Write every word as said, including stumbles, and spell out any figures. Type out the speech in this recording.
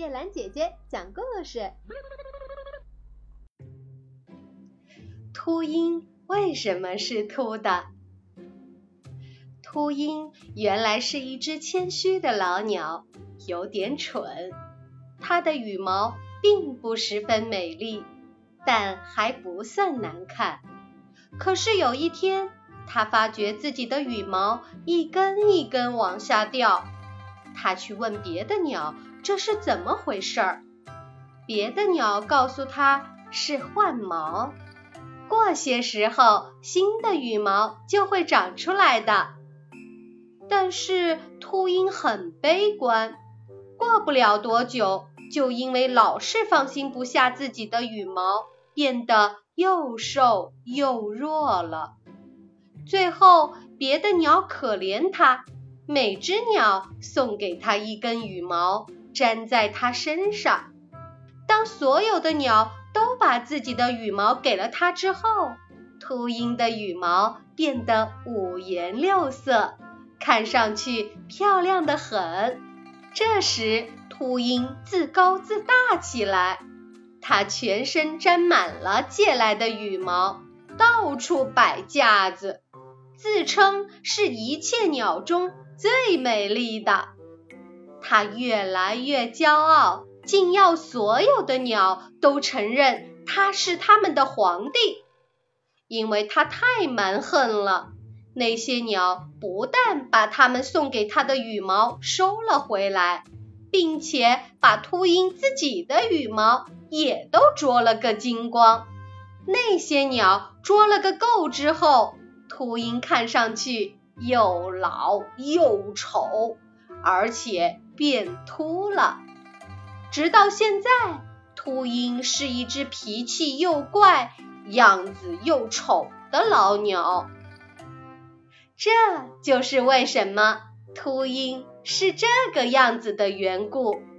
叶兰姐姐讲故事。秃鹰为什么是秃的？秃鹰原来是一只谦虚的老鸟，有点蠢。它的羽毛并不十分美丽，但还不算难看。可是有一天，它发觉自己的羽毛一根一根往下掉。它去问别的鸟这是怎么回事儿。别的鸟告诉它是换毛，过些时候新的羽毛就会长出来的。但是秃鹰很悲观，过不了多久就因为老是放心不下自己的羽毛，变得又瘦又弱了。最后别的鸟可怜它，每只鸟送给它一根羽毛，粘在它身上。当所有的鸟都把自己的羽毛给了它之后，秃鹰的羽毛变得五颜六色，看上去漂亮得很。这时秃鹰自高自大起来，它全身沾满了借来的羽毛，到处摆架子，自称是一切鸟中最美丽的。它越来越骄傲，竟要所有的鸟都承认它是他们的皇帝。因为它太蛮横了，那些鸟不但把它们送给它的羽毛收了回来，并且把秃鹰自己的羽毛也都啄了个精光。那些鸟啄了个够之后，秃鹰看上去又老又丑，而且变秃了。直到现在，秃鹰是一只脾气又怪，样子又丑的老鸟。这就是为什么秃鹰是这个样子的缘故。